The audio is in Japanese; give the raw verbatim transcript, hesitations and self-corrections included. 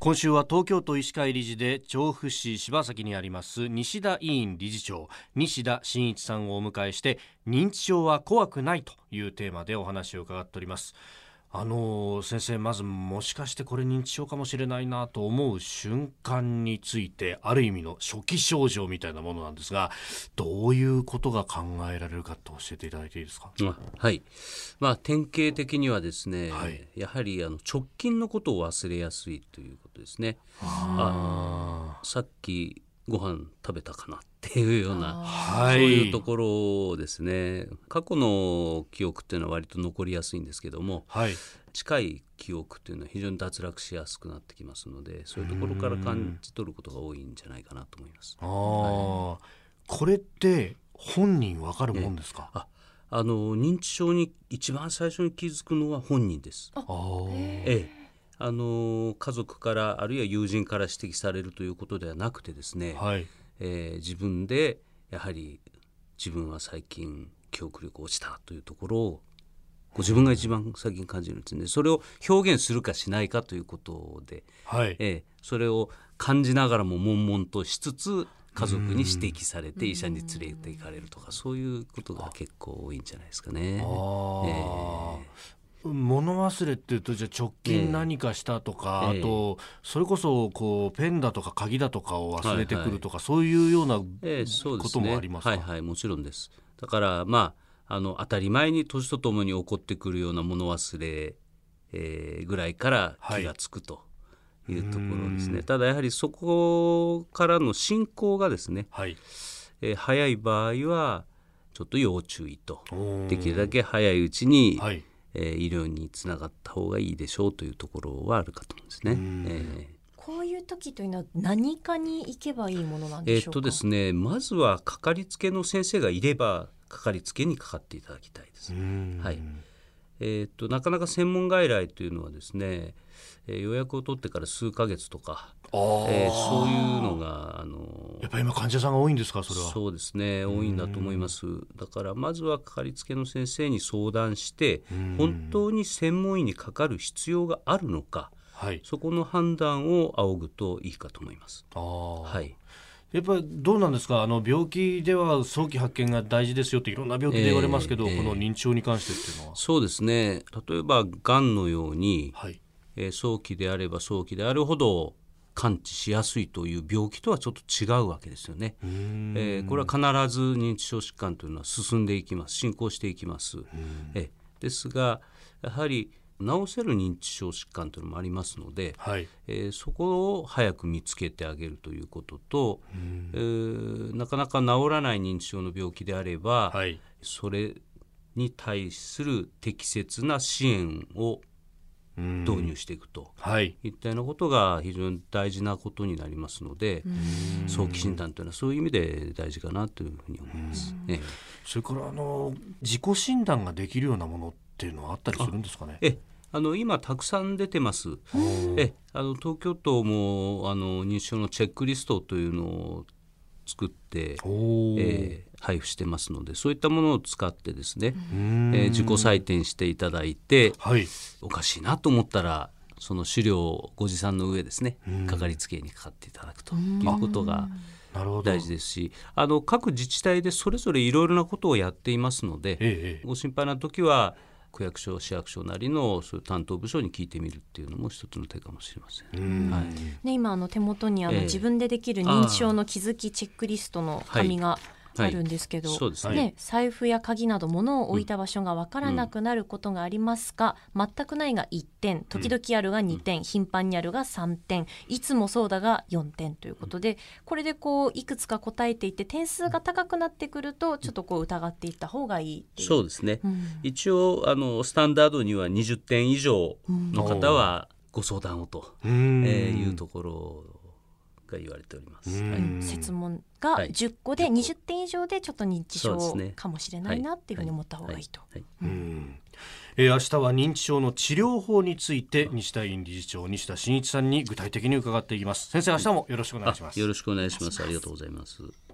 今週は東京都医師会理事で調布市柴崎にあります西田医院理事長西田真一さんをお迎えして、認知症は怖くないというテーマでお話を伺っております。あの先生、まずもしかしてこれ認知症かもしれないなと思う瞬間について、ある意味の初期症状みたいなものなんですが、どういうことが考えられるかと教えていただいていいですか。 あはい、まあ、典型的にはですね、 はい、 やはりあの直近のことを忘れやすいということですね。 ああさっきご飯食べたかなっていうような、 はい、 そういうところですね。過去の記憶っていうのは割と残りやすいんですけども、はい、近い記憶っていうのは非常に脱落しやすくなってきますので、そういうところから感じ取ることが多いんじゃないかなと思います。 あ、はい、これって本人わかるもんですか。 ああの認知症に一番最初に気づくのは本人です。あええあの家族からあるいは友人から指摘されるということではなくてですね、はい、えー、自分でやはり自分は最近記憶力落ちたというところをご自分が一番最近感じるんですね。それを表現するかしないかということで、はい、えー、それを感じながらも悶々としつつ家族に指摘されて医者に連れて行かれるとか、そういうことが結構多いんじゃないですかね。あ、えー物忘れっていうと、じゃあ直近何かしたとか、えー、あとそれこそこうペンだとか鍵だとかを忘れてくるとか、はいはい、そういうようなこともありますか。 はいはい、もちろんです。だからまあ、あの当たり前に年とともに起こってくるような物忘れ、えー、ぐらいから気がつくというところですね。はい、ただやはりそこからの進行がですね、はい、えー、早い場合はちょっと要注意と、できるだけ早いうちに、はい、えー、医療につながった方がいいでしょうというところはあるかと思うんですね。えー、 こういう時というのは何かに行けばいいものなんでしょうか。 えーっとですね、まずはかかりつけの先生がいればかかりつけにかかっていただきたいです。はい、えー、っとなかなか専門外来というのはですね、えー、予約を取ってから数ヶ月とか、えー、そういうのがあのやっぱり今患者さんが多いんですか。それはそうですね、多いんだと思います。だからまずはかかりつけの先生に相談して、本当に専門医にかかる必要があるのか、はい、そこの判断を仰ぐといいかと思います。あ、はい、 やっぱりどうなんですか。あの病気では早期発見が大事ですよっていろんな病気で言われますけど、えーえー、この認知症に関してっていうのは。 そうですね、例えばがんのように、はい、えー、早期であれば早期であるほど完治しやすいという病気とはちょっと違うわけですよね。えー、これは必ず認知症疾患というのは進んでいきます、進行していきます。えー、ですがやはり治せる認知症疾患というのもありますので、はい、えー、そこを早く見つけてあげるということと、えー、なかなか治らない認知症の病気であれば、はい、それに対する適切な支援を導入していくと、はい、いったようなことが非常に大事なことになりますので、早期診断というのはそういう意味で大事かなというふうに思います。ええ、 それからあの自己診断ができるようなものっていうのはあったりするんですかね。 えあの今たくさん出てます。えあの東京都もあの認知症のチェックリストというのを作って、えー、配布してますので、そういったものを使ってですね、えー、自己採点していただいて、はい、おかしいなと思ったらその資料をご持参の上ですね、かかりつけにかかっていただくということが大事ですし、あの各自治体でそれぞれいろいろなことをやっていますので、ええ、ご心配な時は区役所市役所なりのそういう担当部署に聞いてみるっていうのも一つの手かもしれません。はい、 ね、今あの手元にあの、えー、自分でできる認知症の気づきチェックリストの紙があるんですけど、はいはい、そうですね、ね、財布や鍵など物を置いた場所が分からなくなることがありますが、うん、全くないがいってん、時々あるがにてん、うん、頻繁にあるがさんてん、いつもそうだがよんてんということで、これでこういくつか答えていって点数が高くなってくるとちょっとこう疑っていった方がいいっていう。 そうですね、うん、一応あのスタンダードにはにじゅってん以上の方はご相談をと、うん、えー、いうところが言われております。はい、 設問がじゅっこでにじゅってん以上でちょっと認知症かもしれないなっていうふうに思った方がいいと。 えー、明日は認知症の治療法について西田院理事長西田真一さんに具体的に伺っていきます。先生、明日もよろしくお願いします。 よろしくお願いします。ありがとうございます。